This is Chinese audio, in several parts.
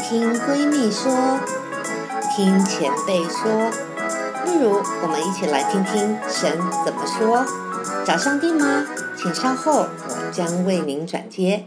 听闺蜜说，听前辈说，不如我们一起来听听神怎么说。找上帝吗？请稍后，我将为您转接。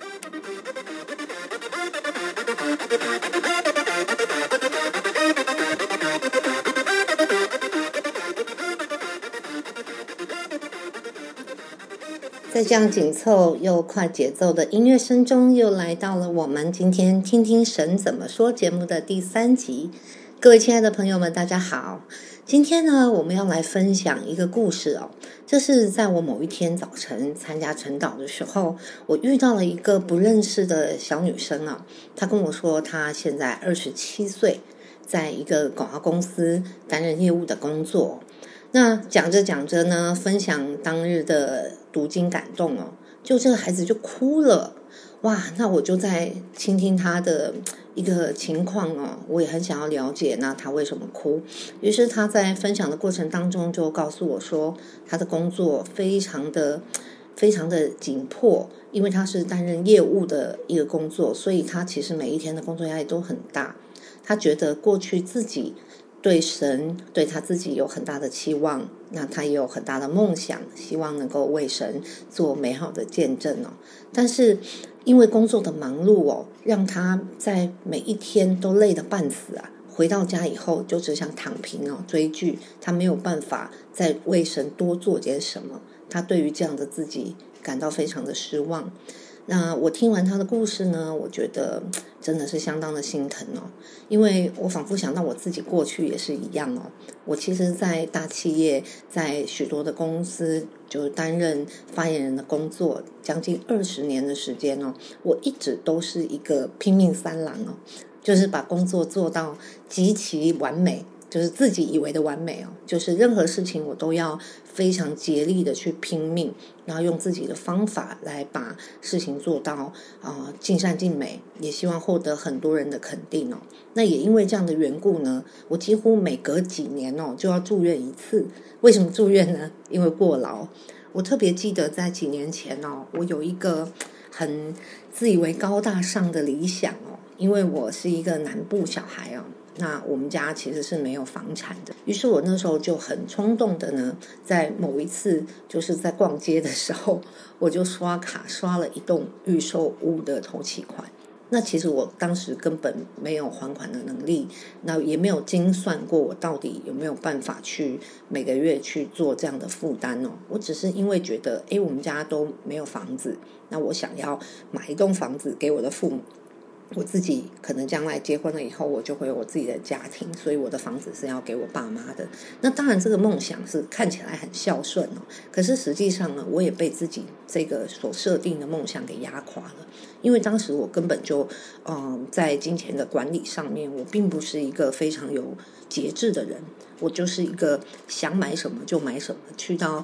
在这样紧凑又快节奏的音乐声中，又来到了我们今天听听神怎么说节目的第3集。各位亲爱的朋友们，大家好。今天呢，我们要来分享一个故事哦。这是在我某一天早晨参加晨祷的时候，我遇到了一个不认识的小女生啊。她跟我说，她现在27岁，在一个广告公司担任业务的工作。那讲着讲着呢，分享当日的读经感动哦，就这个孩子就哭了。哇，那我就在倾听他的一个情况哦，我也很想要了解那他为什么哭。于是他在分享的过程当中就告诉我说，他的工作非常的紧迫，因为他是担任业务的一个工作，所以他其实每一天的工作压力都很大。他觉得过去自己对神对他自己有很大的期望，那他也有很大的梦想，希望能够为神做美好的见证哦。但是因为工作的忙碌哦，让他在每一天都累得半死啊。回到家以后就只想躺平哦，追剧，他没有办法再为神多做点什么。他对于这样的自己感到非常的失望。那我听完他的故事呢，我觉得真的是相当的心疼哦，因为我仿佛想到我自己过去也是一样哦。我其实在大企业，在许多的公司就担任发言人的工作，将近20年的时间哦，我一直都是一个拼命三郎哦，就是把工作做到极其完美，就是自己以为的完美哦，就是任何事情我都要非常竭力的去拼命，然后用自己的方法来把事情做到尽善尽美，也希望获得很多人的肯定哦。那也因为这样的缘故呢，我几乎每隔几年哦就要住院一次。为什么住院呢？因为过劳。我特别记得在几年前哦，我有一个很自以为高大上的理想哦，因为我是一个南部小孩哦。那我们家其实是没有房产的，于是我那时候就很冲动的呢，在某一次就是在逛街的时候，我就刷卡刷了一栋预售屋的头期款。那其实我当时根本没有还款的能力，那也没有精算过我到底有没有办法去每个月去做这样的负担哦。我只是因为觉得我们家都没有房子，那我想要买一栋房子给我的父母，我自己可能将来结婚了以后，我就会有我自己的家庭，所以我的房子是要给我爸妈的。那当然这个梦想是看起来很孝顺哦，可是实际上呢，我也被自己这个所设定的梦想给压垮了。因为当时我根本就在金钱的管理上面，我并不是一个非常有节制的人。我就是一个想买什么就买什么，去到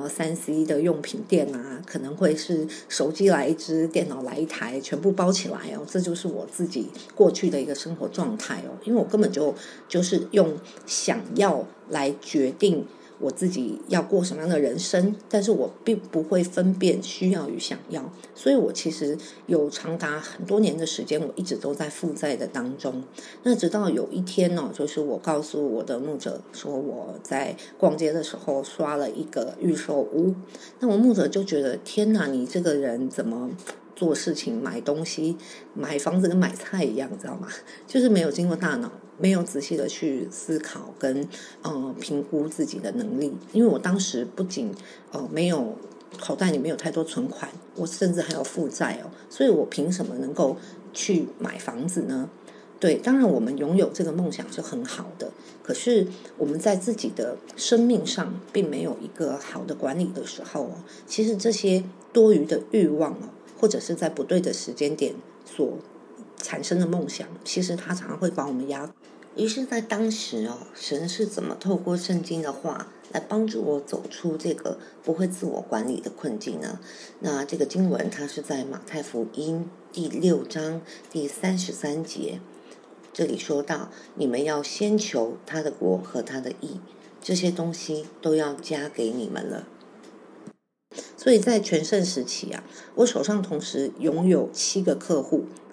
3C 的用品店啊，可能会是手机来一支，电脑来一台，全部包起来哦。这就是我自己过去的一个生活状态哦。因为我根本就是用想要来决定我自己要过什么样的人生，但是我并不会分辨需要与想要，所以我其实有长达很多年的时间，我一直都在负债的当中。那直到有一天哦，就是我告诉我的牧者说我在逛街的时候刷了一个预售屋，那我牧者就觉得天哪，你这个人怎么做事情买东西买房子跟买菜一样，知道吗？就是没有经过大脑，没有仔细的去思考跟评估自己的能力。因为我当时不仅没有口袋里没有太多存款，我甚至还有负债哦，所以我凭什么能够去买房子呢？对，当然我们拥有这个梦想是很好的，可是我们在自己的生命上并没有一个好的管理的时候哦，其实这些多余的欲望哦，或者是在不对的时间点所产生的梦想，其实它常常会把我们压。于是在当时哦，神是怎么透过圣经的话来帮助我走出这个不会自我管理的困境呢？那这个经文它是在马太福音第6章第33节，这里说到，你们要先求他的国和他的义，这些东西都要加给你们了。所以在全盛时期啊，我手上同时拥有7个客户，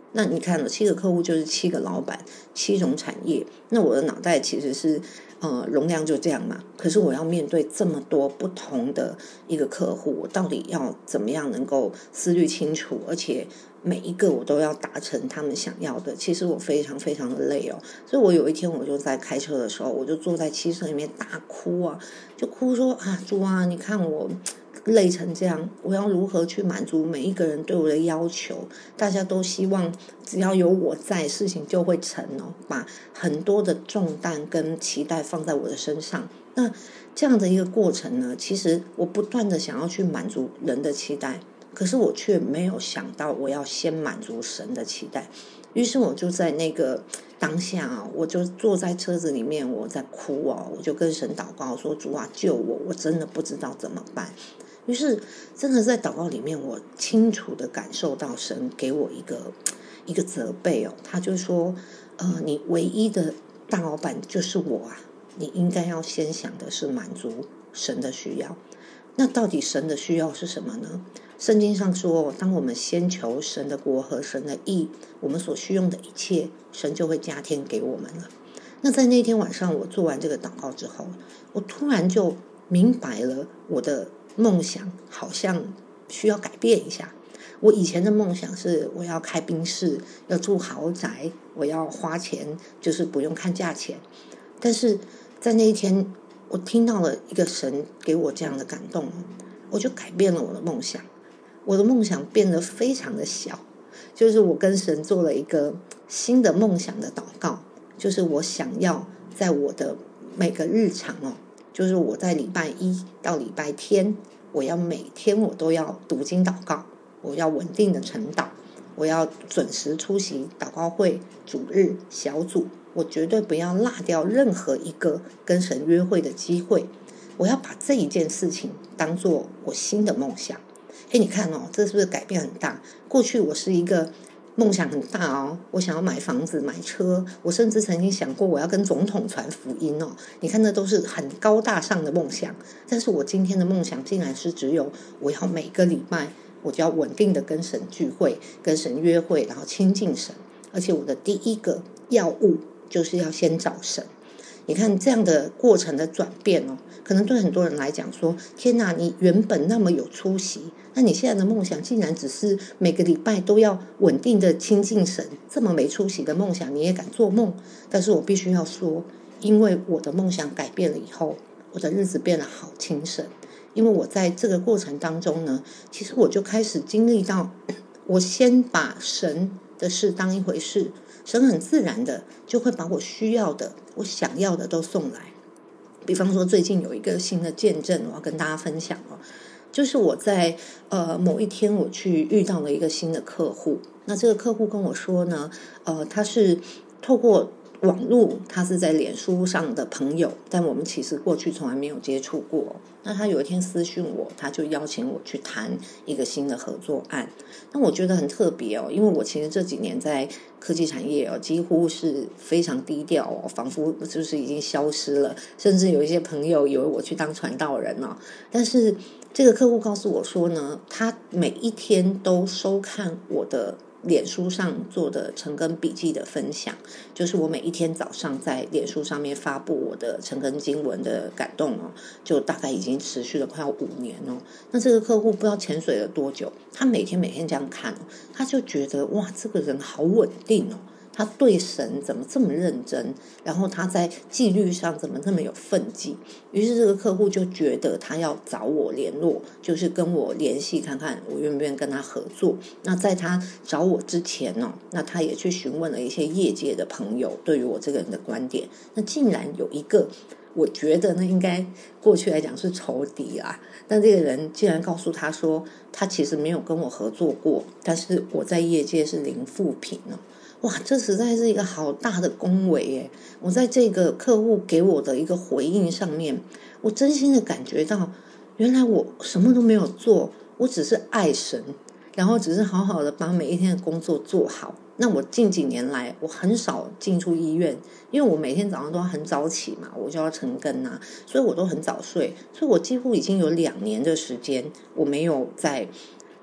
那你看了7个客户就是7个老板，7种产业，那我的脑袋其实是容量就这样嘛。可是我要面对这么多不同的一个客户，我到底要怎么样能够思虑清楚，而且每一个我都要达成他们想要的，其实我非常非常的累哦。所以我有一天我就在开车的时候，我就坐在汽车里面大哭啊，就哭说啊，主啊，你看我累成这样，我要如何去满足每一个人对我的要求？大家都希望只要有我在，事情就会成哦，把很多的重担跟期待放在我的身上。那这样的一个过程呢，其实我不断的想要去满足人的期待，可是我却没有想到我要先满足神的期待。于是我就在那个当下啊，我就坐在车子里面，我在哭哦，我就跟神祷告说：主啊，救我！我真的不知道怎么办。于是真的在祷告里面，我清楚的感受到神给我一个责备哦，他就说你唯一的大老板就是我啊，你应该要先想的是满足神的需要。那到底神的需要是什么呢？圣经上说，当我们先求神的国和神的义，我们所需用的一切，神就会加添给我们了。那在那天晚上我做完这个祷告之后，我突然就明白了，我的梦想好像需要改变一下。我以前的梦想是我要开宾士，要住豪宅，我要花钱，就是不用看价钱。但是在那一天，我听到了一个神给我这样的感动，我就改变了我的梦想。我的梦想变得非常的小，就是我跟神做了一个新的梦想的祷告，就是我想要在我的每个日常就是我在礼拜一到礼拜天，我要每天我都要读经祷告，我要稳定的晨祷，我要准时出席祷告会、主日小组，我绝对不要落掉任何一个跟神约会的机会。我要把这一件事情当做我新的梦想。你看这是不是改变很大？过去我是一个梦想很大我想要买房子买车，我甚至曾经想过我要跟总统传福音你看那都是很高大上的梦想。但是我今天的梦想竟然是只有我要每个礼拜我就要稳定的跟神聚会，跟神约会，然后亲近神，而且我的第一个要务就是要先找神。你看这样的过程的转变可能对很多人来讲说，天哪，你原本那么有出息，那你现在的梦想竟然只是每个礼拜都要稳定的亲近神，这么没出息的梦想你也敢做梦？但是我必须要说，因为我的梦想改变了以后，我的日子变得好轻省。因为我在这个过程当中呢，其实我就开始经历到，我先把神的事当一回事，神很自然的就会把我需要的我想要的都送来。比方说最近有一个新的见证我要跟大家分享就是我在某一天我去遇到了一个新的客户。那这个客户跟我说呢，他是透过网络，他是在脸书上的朋友，但我们其实过去从来没有接触过。那他有一天私讯我，他就邀请我去谈一个新的合作案。那我觉得很特别因为我其实这几年在科技产业几乎是非常低调仿佛就是已经消失了，甚至有一些朋友以为我去当传道人但是这个客户告诉我说呢，他每一天都收看我的脸书上做的晨更笔记的分享，就是我每一天早上在脸书上面发布我的晨更经文的感动就大概已经持续了快要5年那这个客户不知道潜水了多久，他每天这样看他就觉得哇，这个人好稳定他对神怎么这么认真，然后他在纪律上怎么那么有分际。于是这个客户就觉得他要找我联络，就是跟我联系看看我愿不愿意跟他合作。那在他找我之前那他也去询问了一些业界的朋友对于我这个人的观点。那竟然有一个我觉得应该过去来讲是仇敌但这个人竟然告诉他说，他其实没有跟我合作过，但是我在业界是零负评哇，这实在是一个好大的恭维耶！我在这个客户给我的一个回应上面，我真心的感觉到，原来我什么都没有做，我只是爱神，然后只是好好的把每一天的工作做好。那我近几年来，我很少进出医院，因为我每天早上都要很早起嘛，我就要晨更所以我都很早睡，所以我几乎已经有2年的时间，我没有在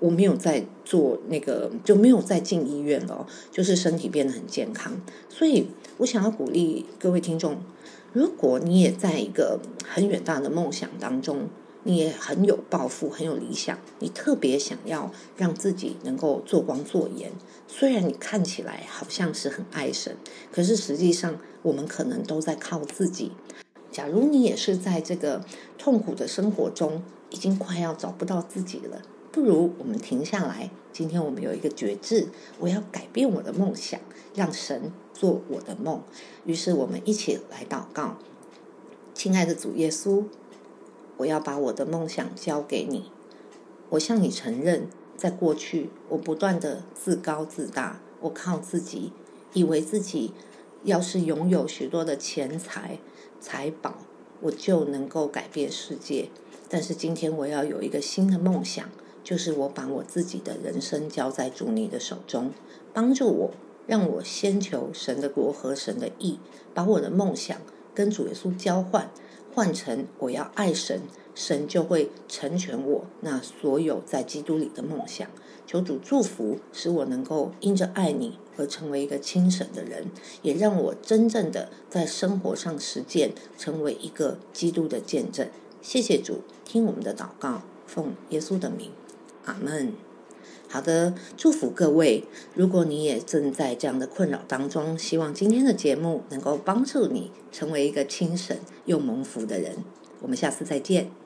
我没有在做那个，就没有再进医院了，就是身体变得很健康。所以我想要鼓励各位听众，如果你也在一个很远大的梦想当中，你也很有抱负，很有理想，你特别想要让自己能够做光做盐，虽然你看起来好像是很爱神，可是实际上我们可能都在靠自己。假如你也是在这个痛苦的生活中已经快要找不到自己了，不如我们停下来，今天我们有一个决志，我要改变我的梦想，让神做我的梦。于是我们一起来祷告。亲爱的主耶稣，我要把我的梦想交给你。我向你承认，在过去我不断的自高自大，我靠自己，以为自己要是拥有许多的钱财财宝，我就能够改变世界。但是今天我要有一个新的梦想，就是我把我自己的人生交在主你的手中，帮助我，让我先求神的国和神的义，把我的梦想跟主耶稣交换成我要爱神，神就会成全我那所有在基督里的梦想。求主祝福，使我能够因着爱你而成为一个亲神的人，也让我真正的在生活上实践，成为一个基督的见证。谢谢主，听我们的祷告，奉耶稣的名，阿们。好的，祝福各位。如果你也正在这样的困扰当中，希望今天的节目能够帮助你成为一个亲神又蒙福的人。我们下次再见。